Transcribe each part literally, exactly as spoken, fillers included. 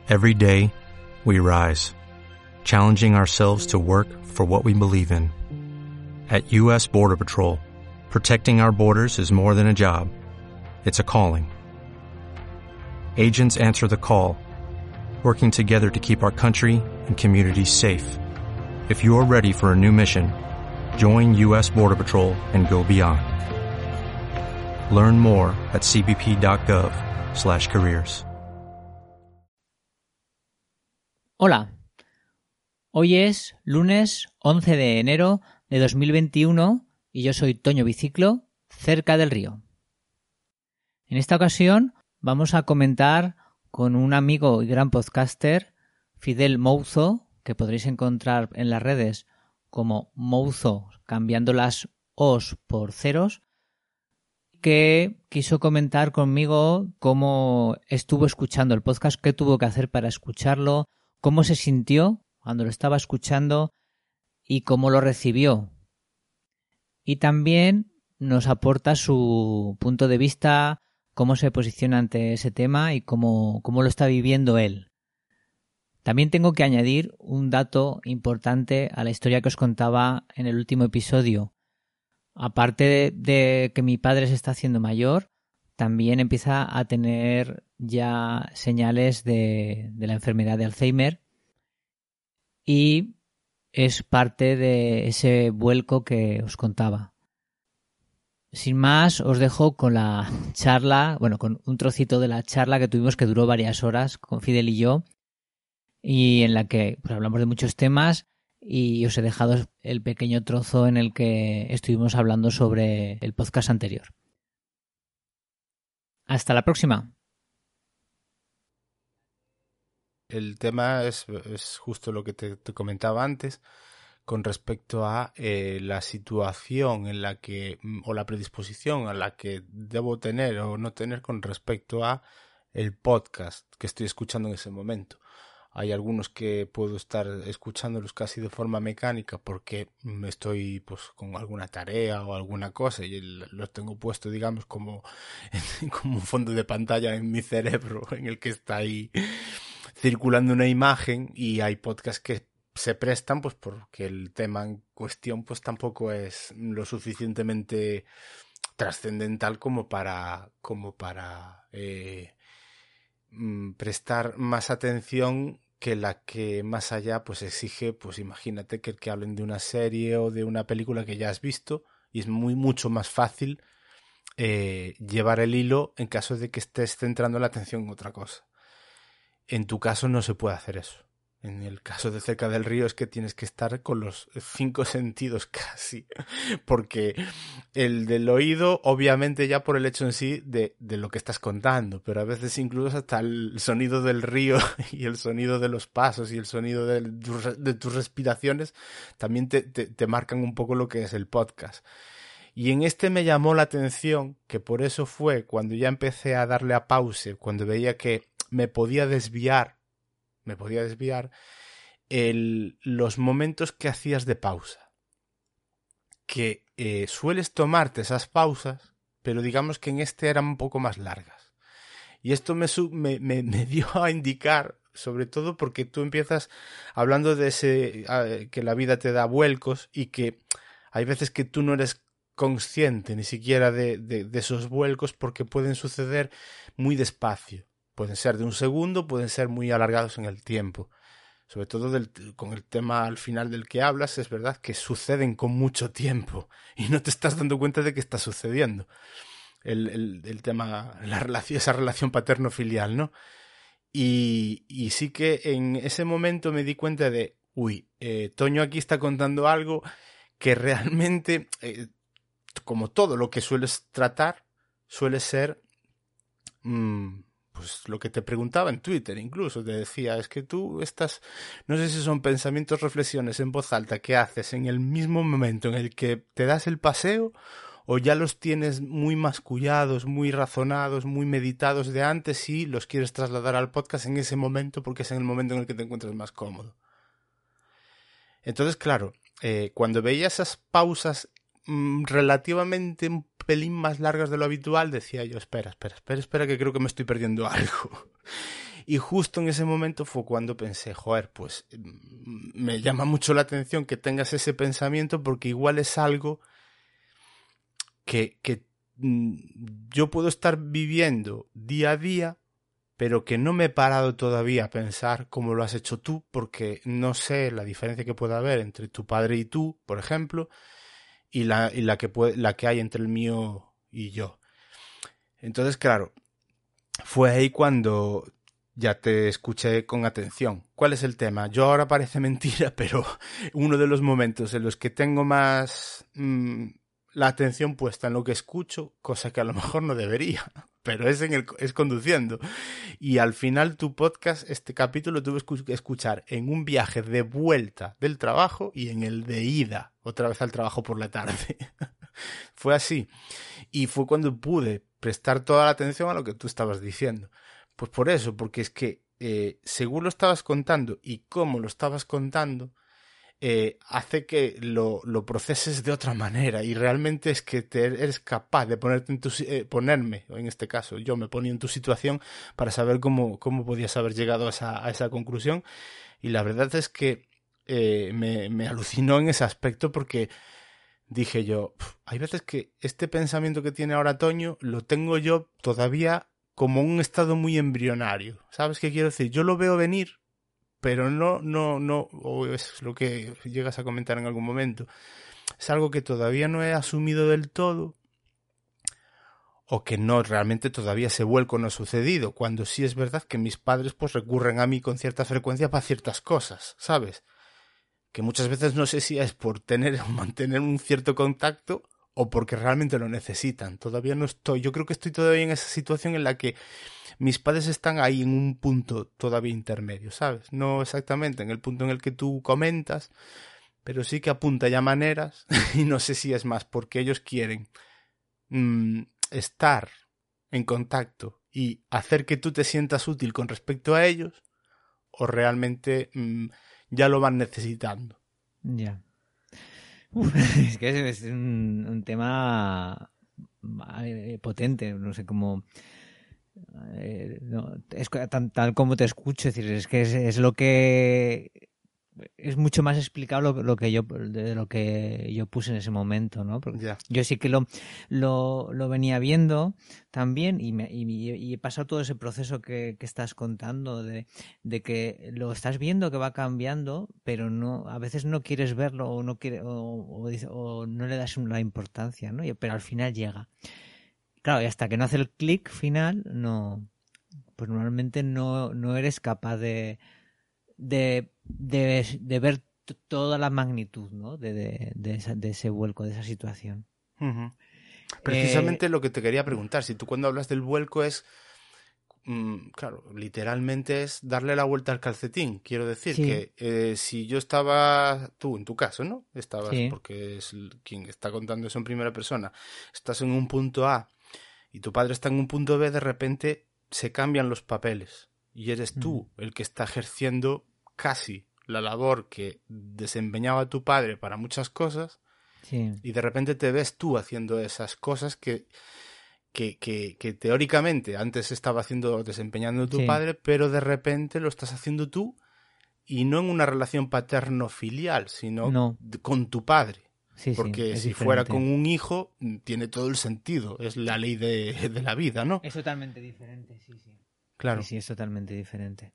Every day, we rise, challenging ourselves to work for what we believe in. At U S Border Patrol, protecting our borders is more than a job. It's a calling. Agents answer the call, working together to keep our country and communities safe. If you're ready for a new mission, join U S Border Patrol and go beyond. Learn more at c b p dot gov slash careers. Hola, hoy es lunes once de enero de dos mil veintiuno y yo soy Toño Biciclo, cerca del río. En esta ocasión vamos a comentar con un amigo y gran podcaster, Fidel Mouzo, que podréis encontrar en las redes como Mouzo, cambiando las O's por ceros, que quiso comentar conmigo cómo estuvo escuchando el podcast, qué tuvo que hacer para escucharlo, cómo se sintió cuando lo estaba escuchando y cómo lo recibió. Y también nos aporta su punto de vista, cómo se posiciona ante ese tema y cómo, cómo lo está viviendo él. También tengo que añadir un dato importante a la historia que os contaba en el último episodio. Aparte de, de que mi padre se está haciendo mayor, también empieza a tener ya señales de, de la enfermedad de Alzheimer y es parte de ese vuelco que os contaba. Sin más, os dejo con la charla, bueno, con un trocito de la charla que tuvimos que duró varias horas con Fidel y yo y en la que pues, hablamos de muchos temas y os he dejado el pequeño trozo en el que estuvimos hablando sobre el podcast anterior. Hasta la próxima. El tema es, es justo lo que te, te comentaba antes con respecto a eh, la situación en la que, o la predisposición a la que debo tener o no tener con respecto a el podcast que estoy escuchando en ese momento. Hay algunos que puedo estar escuchándolos casi de forma mecánica porque me estoy pues con alguna tarea o alguna cosa y los tengo puesto, digamos, como, como un fondo de pantalla en mi cerebro en el que está ahí circulando una imagen, y hay podcasts que se prestan pues porque el tema en cuestión pues tampoco es lo suficientemente trascendental como para como para eh, prestar más atención que la que más allá pues exige. Pues imagínate que, que hablen de una serie o de una película que ya has visto y es muy mucho más fácil eh, llevar el hilo en caso de que estés centrando la atención en otra cosa. En tu caso no se puede hacer eso. En el caso de Cerca del Río es que tienes que estar con los cinco sentidos casi, porque el del oído obviamente ya por el hecho en sí de, de lo que estás contando, pero a veces incluso hasta el sonido del río y el sonido de los pasos y el sonido de, de tus respiraciones también te, te, te marcan un poco lo que es el podcast. Y en este me llamó la atención, que por eso fue cuando ya empecé a darle a pause, cuando veía que me podía desviar, me podía desviar el, los momentos que hacías de pausa. Que eh, sueles tomarte esas pausas, pero digamos que en este eran un poco más largas. Y esto me, me, me, me dio a indicar, sobre todo porque tú empiezas hablando de ese uh, que la vida te da vuelcos y que hay veces que tú no eres consciente ni siquiera de, de, de esos vuelcos porque pueden suceder muy despacio. Pueden ser de un segundo, pueden ser muy alargados en el tiempo. Sobre todo del, con el tema al final del que hablas, es verdad que suceden con mucho tiempo y no te estás dando cuenta de que está sucediendo. El, el, el tema, la relación, esa relación paterno-filial, ¿no? Y, y sí que en ese momento me di cuenta de, uy, eh, Toño aquí está contando algo que realmente, eh, como todo lo que sueles tratar, suele ser... Mmm, pues lo que te preguntaba en Twitter incluso, te decía, es que tú estás, no sé si son pensamientos, reflexiones en voz alta que haces en el mismo momento en el que te das el paseo o ya los tienes muy mascullados, muy razonados, muy meditados de antes y los quieres trasladar al podcast en ese momento porque es en el momento en el que te encuentras más cómodo. Entonces, claro, eh, cuando veía esas pausas mmm, relativamente un pelín más largas de lo habitual, decía yo, espera, espera, espera, espera, que creo que me estoy perdiendo algo. Y justo en ese momento fue cuando pensé, joder, pues me llama mucho la atención que tengas ese pensamiento porque igual es algo que, que yo puedo estar viviendo día a día, pero que no me he parado todavía a pensar cómo lo has hecho tú, porque no sé la diferencia que puede haber entre tu padre y tú, por ejemplo, y la, y la, que, puede, la que hay entre el mío y yo. Entonces, claro, fue ahí cuando ya te escuché con atención. ¿Cuál es el tema? Yo ahora parece mentira, pero uno de los momentos en los que tengo más mmm, la atención puesta en lo que escucho, cosa que a lo mejor no debería, pero es, en el, es conduciendo. Y al final tu podcast, este capítulo, tuve que escuchar en un viaje de vuelta del trabajo y en el de ida, otra vez al trabajo por la tarde. Fue así. Y fue cuando pude prestar toda la atención a lo que tú estabas diciendo. Pues por eso, porque es que eh, según lo estabas contando y cómo lo estabas contando, eh, hace que lo, lo proceses de otra manera y realmente es que te eres capaz de ponerte en tu, eh, ponerme, en este caso yo me ponía en tu situación para saber cómo, cómo podías haber llegado a esa, a esa conclusión, y la verdad es que eh, me, me alucinó en ese aspecto porque dije yo, hay veces que este pensamiento que tiene ahora Toño lo tengo yo todavía como un estado muy embrionario. ¿Sabes qué quiero decir? Yo lo veo venir, pero no, no, no, o es lo que llegas a comentar en algún momento. Es algo que todavía no he asumido del todo, o que no, realmente todavía ese vuelco no ha sucedido, cuando sí es verdad que mis padres pues recurren a mí con cierta frecuencia para ciertas cosas, ¿sabes? Que muchas veces no sé si es por tener o mantener un cierto contacto o porque realmente lo necesitan. Todavía no estoy, yo creo que estoy todavía en esa situación en la que mis padres están ahí en un punto todavía intermedio, ¿sabes? No exactamente en el punto en el que tú comentas, pero sí que apunta ya maneras y no sé si es más porque ellos quieren mmm, estar en contacto y hacer que tú te sientas útil con respecto a ellos, o realmente mmm, ya lo van necesitando. Ya. Uf, es que es, es un, un tema potente, no sé cómo... Eh, no, es tan, tal como te escucho, es decir, es que es, es lo que... Es mucho más explicado lo, lo que yo de lo que yo puse en ese momento, ¿no? Porque yeah. Yo sí que lo, lo, lo venía viendo también y, me, y, y he pasado todo ese proceso que, que estás contando de, de que lo estás viendo que va cambiando, pero no a veces no quieres verlo o no quiere, o, o, o no le das la importancia, ¿no? Pero al final llega. Claro, y hasta que no hace el clic final, no, pues normalmente no, no eres capaz de De, de, de ver t- toda la magnitud, ¿no? de, de, de, esa, de ese vuelco, de esa situación. Uh-huh. Precisamente eh, lo que te quería preguntar, si tú cuando hablas del vuelco es, mmm, claro, literalmente es darle la vuelta al calcetín. Quiero decir sí. que eh, si yo estaba, tú en tu caso, ¿no? Estabas, sí. porque es quien está contando eso en primera persona, estás en un punto A y tu padre está en un punto B, de repente se cambian los papeles. Y eres tú el que está ejerciendo casi la labor que desempeñaba tu padre para muchas cosas, sí. y de repente te ves tú haciendo esas cosas que, que, que, que teóricamente antes estaba haciendo, desempeñando tu sí. padre, pero de repente lo estás haciendo tú, y no en una relación paterno-filial, sino no. con tu padre. Sí, porque sí, si diferente. fuera con un hijo, tiene todo el sentido, es la ley de, de la vida, ¿no? Es totalmente diferente, sí, sí. Claro. Sí, sí, es totalmente diferente.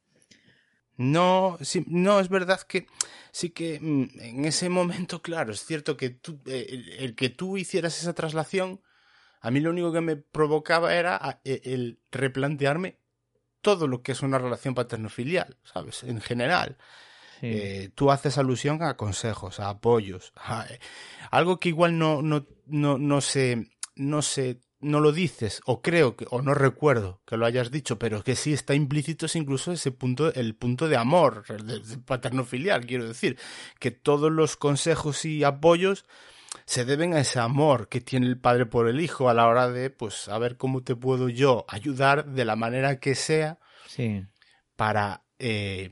No, sí, no, es verdad que sí que en ese momento, claro, es cierto que tú, eh, el, el que tú hicieras esa traslación, a mí lo único que me provocaba era el replantearme todo lo que es una relación paterno-filial, ¿sabes? En general. Sí. Eh, tú haces alusión a consejos, a apoyos, a, eh, algo que igual no, no, no, no se, no se no lo dices, o creo que, o no recuerdo que lo hayas dicho, pero que sí está implícito es incluso ese punto, el punto de amor, de, de paterno-filial, quiero decir, que todos los consejos y apoyos se deben a ese amor que tiene el padre por el hijo a la hora de, pues, a ver cómo te puedo yo ayudar de la manera que sea sí. para eh,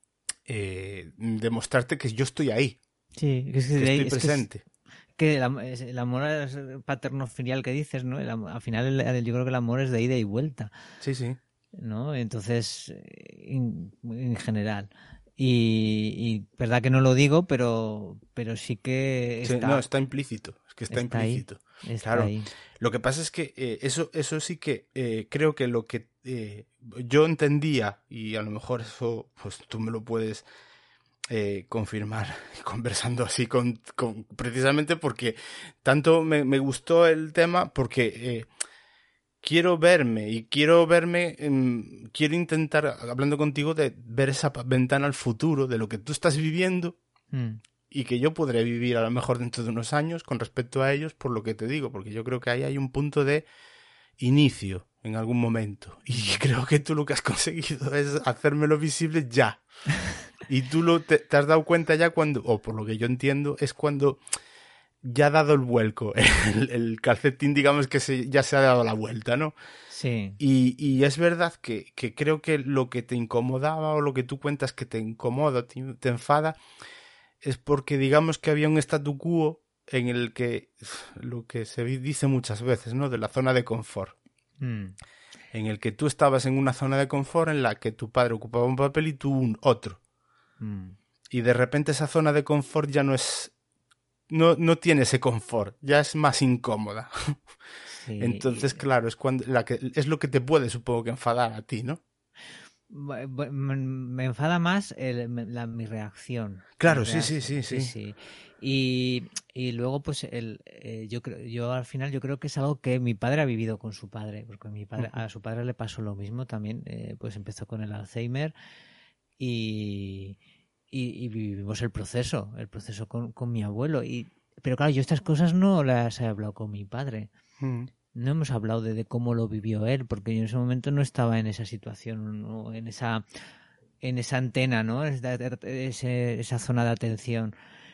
eh, demostrarte que yo estoy ahí, sí, es que, que de ahí, estoy presente. Es que es... que el, el amor paterno-filial que dices, ¿no? El, al final el, el, yo creo que el amor es de ida y vuelta. Sí, sí. ¿no? Entonces, en, en general. Y, y verdad que no lo digo, pero, pero sí que está, sí, no, está implícito, es que está, está implícito. Ahí, está claro, ahí. Lo que pasa es que eh, eso, eso sí que eh, creo que lo que eh, yo entendía, y a lo mejor eso pues tú me lo puedes eh, confirmar conversando así con, con precisamente porque tanto me, me gustó el tema, porque eh, quiero verme y quiero verme, eh, quiero intentar, hablando contigo, de ver esa ventana al futuro, de lo que tú estás viviendo Mm. y que yo podré vivir a lo mejor dentro de unos años con respecto a ellos, por lo que te digo, porque yo creo que ahí hay un punto de inicio en algún momento. Y creo que tú lo que has conseguido es hacérmelo visible ya. Y tú lo te, te has dado cuenta ya cuando, o por lo que yo entiendo, es cuando ya ha dado el vuelco. El, el calcetín, digamos que se, ya se ha dado la vuelta, ¿no? Sí. Y, y es verdad que, que creo que lo que te incomodaba o lo que tú cuentas que te incomoda, te, te enfada, es porque digamos que había un statu quo en el que lo que se dice muchas veces, ¿no? De la zona de confort. Mm. En el que tú estabas en una zona de confort en la que tu padre ocupaba un papel y tú un otro. Mm. Y de repente esa zona de confort ya no es... No, no tiene ese confort, ya es más incómoda. Sí. Entonces, claro, es, cuando, la que, es lo que te puede, supongo que, enfadar a ti, ¿no? Me enfada más el, la, mi reacción. Claro, mi sí, reacción. sí, sí, sí. sí, sí. Y, y luego, pues, el, eh, yo creo, yo al final yo creo que es algo que mi padre ha vivido con su padre, porque mi padre, uh-huh. a su padre le pasó lo mismo también, eh, pues empezó con el Alzheimer y, y, y vivimos el proceso, el proceso con, con mi abuelo. Y, pero claro, yo estas cosas no las he hablado con mi padre. Uh-huh. No hemos hablado de, de cómo lo vivió él, porque yo en ese momento no estaba en esa situación, ¿no? en esa en esa antena, ¿no? Esa, esa zona de atención.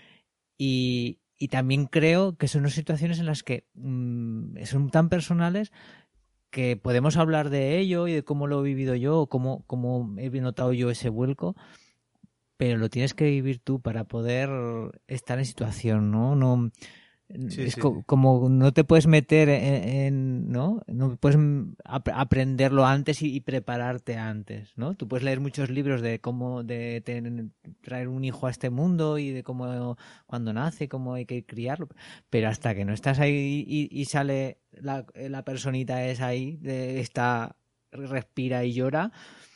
Y, y también creo que son unas situaciones en las que mmm, son tan personales que podemos hablar de ello y de cómo lo he vivido yo, o cómo, cómo he notado yo ese vuelco, pero lo tienes que vivir tú para poder estar en situación, ¿no? No Sí, es sí, co- sí. Como no te puedes meter en, en ¿no? No puedes ap- aprenderlo antes y, y prepararte antes, ¿no? Tú puedes leer muchos libros de cómo de tener, traer un hijo a este mundo y de cómo cuando nace, cómo hay que criarlo, pero hasta que no estás ahí y, y sale la, la personita es ahí, de, está respira y llora,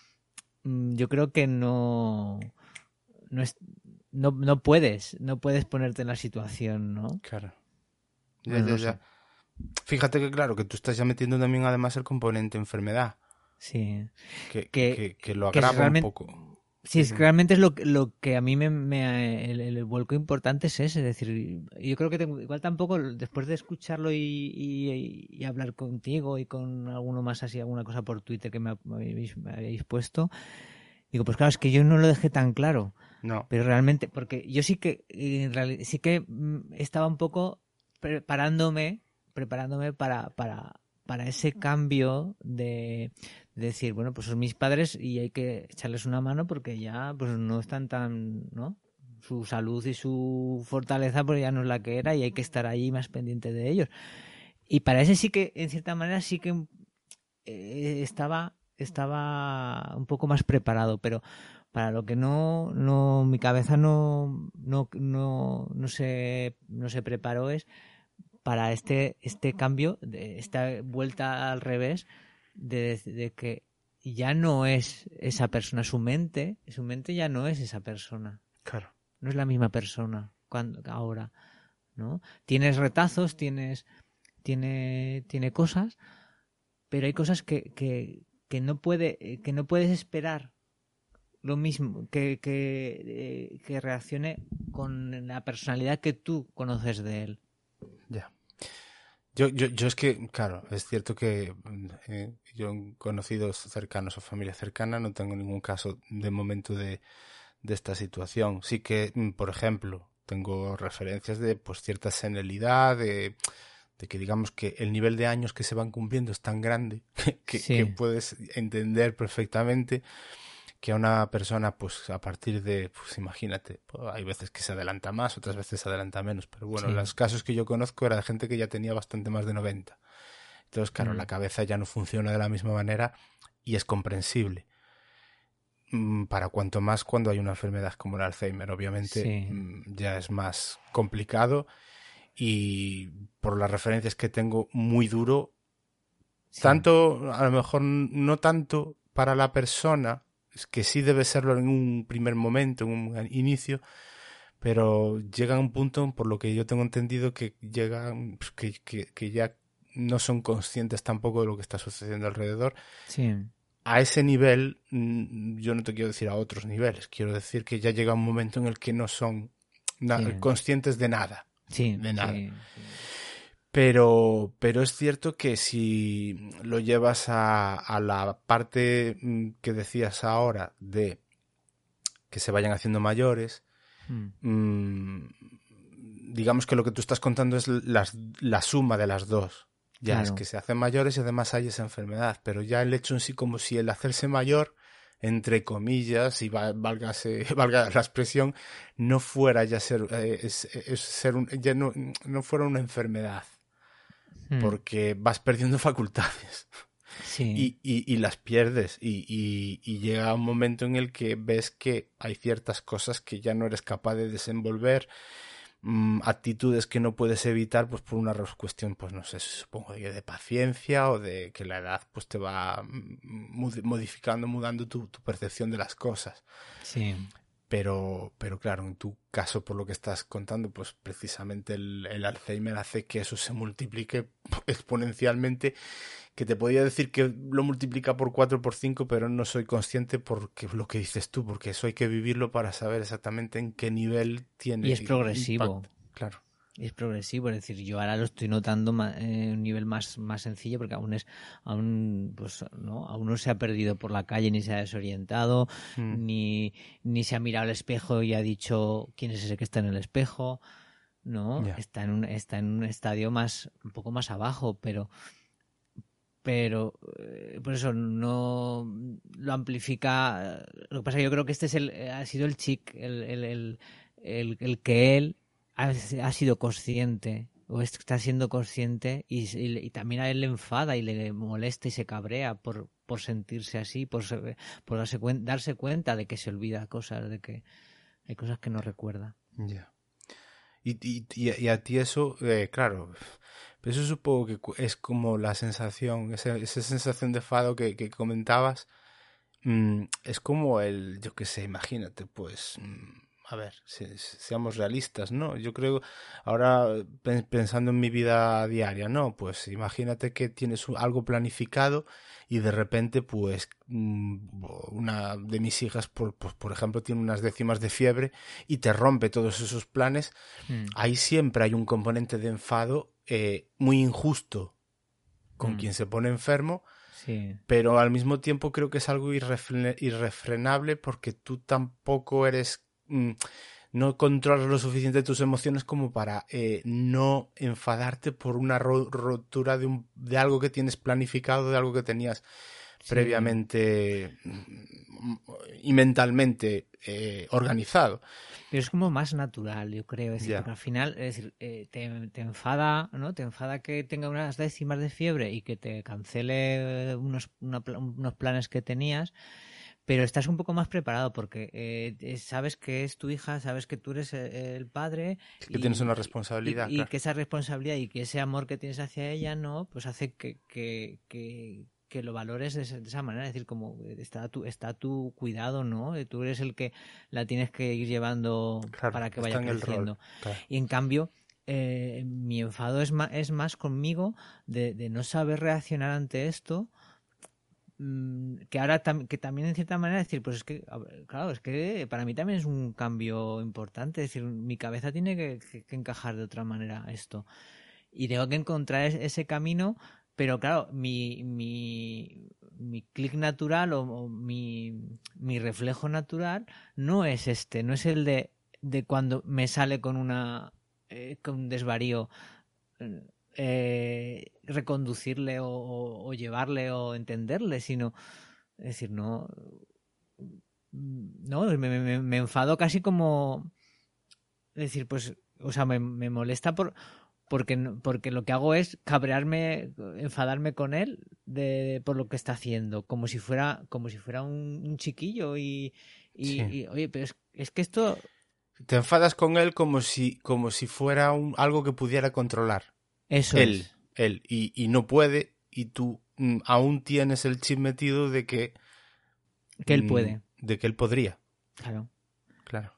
yo creo que no no es No, no puedes, no puedes ponerte en la situación, ¿no? Claro. Ya, bueno, ya, no ya. sé. Fíjate que claro, que tú estás ya metiendo también además el componente enfermedad. Sí. Que, que, que, que lo que agrava un poco. Sí, es que realmente es lo, lo que a mí me... me el, el vuelco importante es ese, es decir, yo creo que tengo, igual tampoco, después de escucharlo y, y, y hablar contigo y con alguno más así, alguna cosa por Twitter que me, me, habéis, me habéis puesto, digo, pues claro, es que yo no lo dejé tan claro. No. Pero realmente, porque yo sí que en realidad, sí que estaba un poco preparándome, preparándome para, para, para ese cambio de, de decir, bueno, pues son mis padres y hay que echarles una mano porque ya pues no están tan, ¿no? Su salud y su fortaleza pues ya no es la que era y hay que estar allí más pendiente de ellos. Y para ese sí que, en cierta manera, sí que eh, estaba, estaba un poco más preparado, pero para lo que no, no mi cabeza no, no, no, no, se, no se preparó es para este, este cambio, de esta vuelta al revés, de, de que ya no es esa persona, su mente, su mente ya no es esa persona. Claro. No es la misma persona cuando, ahora, ¿no? Tienes retazos, tienes, tiene, tiene cosas, pero hay cosas que, que, que no puede, que no puedes esperar lo mismo, que, que, eh, que reaccione con la personalidad que tú conoces de él. Ya. Yo, yo, yo es que, claro, es cierto que eh, yo en conocidos cercanos o familia cercana no tengo ningún caso de momento de, de esta situación. Sí que, por ejemplo, tengo referencias de pues cierta senilidad, de, de que digamos que el nivel de años que se van cumpliendo es tan grande que, sí. que puedes entender perfectamente que a una persona, pues a partir de, pues imagínate, pues, hay veces que se adelanta más, otras veces se adelanta menos, pero bueno, sí. Los casos que yo conozco era de gente que ya tenía bastante más de noventa. Entonces, claro, mm. la cabeza ya no funciona de la misma manera y es comprensible. Para cuanto más cuando hay una enfermedad como el Alzheimer, obviamente sí. ya es más complicado y por las referencias que tengo, muy duro. Sí. Tanto, a lo mejor no tanto para la persona, es que sí debe serlo en un primer momento, en un inicio, pero llega a un punto, por lo que yo tengo entendido, que llegan, pues, que, que, que ya no son conscientes tampoco de lo que está sucediendo alrededor. Sí. A ese nivel, yo no te quiero decir a otros niveles, quiero decir que ya llega un momento en el que no son na- sí. conscientes de nada. Sí, de nada. Sí, sí. Pero, pero es cierto que si lo llevas a, a la parte que decías ahora de que se vayan haciendo mayores, mm. Mmm, digamos que lo que tú estás contando es la, la suma de las dos. Ya claro. Es que se hacen mayores y además hay esa enfermedad, pero ya el hecho en sí, como si el hacerse mayor, entre comillas, y válgase, valga la expresión, no fuera ya ser, eh, es, es ser un, ya no, no fuera una enfermedad, hmm. porque vas perdiendo facultades. Sí. Y, y, y las pierdes y, y, y llega un momento en el que ves que hay ciertas cosas que ya no eres capaz de desenvolver, mmm, actitudes que no puedes evitar pues por una cuestión, pues no sé, supongo de, de paciencia o de que la edad pues te va modificando, mudando tu, tu percepción de las cosas. Sí. Pero, pero claro, en tu caso, por lo que estás contando, pues precisamente el, el Alzheimer hace que eso se multiplique exponencialmente, que te podría decir que lo multiplica por cuatro, por cinco, pero no soy consciente porque lo que dices tú, porque eso hay que vivirlo para saber exactamente en qué nivel tiene. Y es progresivo. Impacto. Claro. Es progresivo, es decir, yo ahora lo estoy notando en un nivel más, más sencillo porque aún es aún pues no aún no se ha perdido por la calle ni se ha desorientado mm. ni, ni se ha mirado al espejo y ha dicho quién es ese que está en el espejo, no yeah. está en un está en un estadio más un poco más abajo, pero pero eh, por eso no lo amplifica. Lo que pasa es que yo creo que este es el ha sido el chic el el, el, el, el que él Ha, ha sido consciente o está siendo consciente y, y, y también a él le enfada y le molesta y se cabrea por, por sentirse así, por, por darse, cuen, darse cuenta de que se olvida cosas, de que hay cosas que no recuerda. Ya. Yeah. Y, y, y a ti eso, eh, claro, eso supongo que es como la sensación, esa, esa sensación de enfado que, que comentabas, mmm, es como el, yo qué sé, imagínate, pues... Mmm, a ver, si, si, seamos realistas, ¿no? Yo creo, ahora pensando en mi vida diaria, ¿no? Pues imagínate que tienes algo planificado y de repente, pues, una de mis hijas, por, pues, por ejemplo, tiene unas décimas de fiebre y te rompe todos esos planes. Mm. Ahí siempre hay un componente de enfado eh, muy injusto con mm. quien se pone enfermo. Sí. Pero al mismo tiempo creo que es algo irrefre- irrefrenable porque tú tampoco eres... no controlas lo suficiente tus emociones como para eh, no enfadarte por una ro- rotura de, un, de algo que tienes planificado, de algo que tenías sí. previamente y mentalmente eh, organizado. Pero es como más natural, yo creo, es decir, yeah. porque al final es decir, eh, te, te enfada, ¿no? Te enfada que tenga unas décimas de fiebre y que te cancele unos, una, unos planes que tenías. Pero estás un poco más preparado porque eh, sabes que es tu hija, sabes que tú eres el padre. Que y, tienes una responsabilidad, y, claro. Y que esa responsabilidad y que ese amor que tienes hacia ella, ¿no? Pues hace que, que, que, que lo valores de, de esa manera. Es decir, como está a tu, está a tu cuidado, ¿no? Tú eres el que la tienes que ir llevando claro, para que vaya creciendo. Rol, claro. Y en cambio... Eh, mi enfado es más, es más conmigo de, de no saber reaccionar ante esto, que ahora tam que también en cierta manera decir pues es que claro es que para mí también es un cambio importante, es decir, mi cabeza tiene que, que, que encajar de otra manera esto y tengo que encontrar ese camino, pero claro mi mi, mi clic natural o, o mi, mi reflejo natural no es este, no es el de, de cuando me sale con una eh, con un desvarío eh, Eh, reconducirle o, o, o llevarle o entenderle, sino es decir, no no, me, me, me enfado casi como es decir, pues, o sea, me, me molesta por porque, porque lo que hago es cabrearme, enfadarme con él de, por lo que está haciendo, como si fuera, como si fuera un, un chiquillo y, y, Sí. y, oye, pero es, es que esto... Te enfadas con él como si, como si fuera un, algo que pudiera controlar. Eso él, es. él, y, y no puede, y tú mm, aún tienes el chip metido de que... Que él mm, puede. de que él podría. Claro. Claro.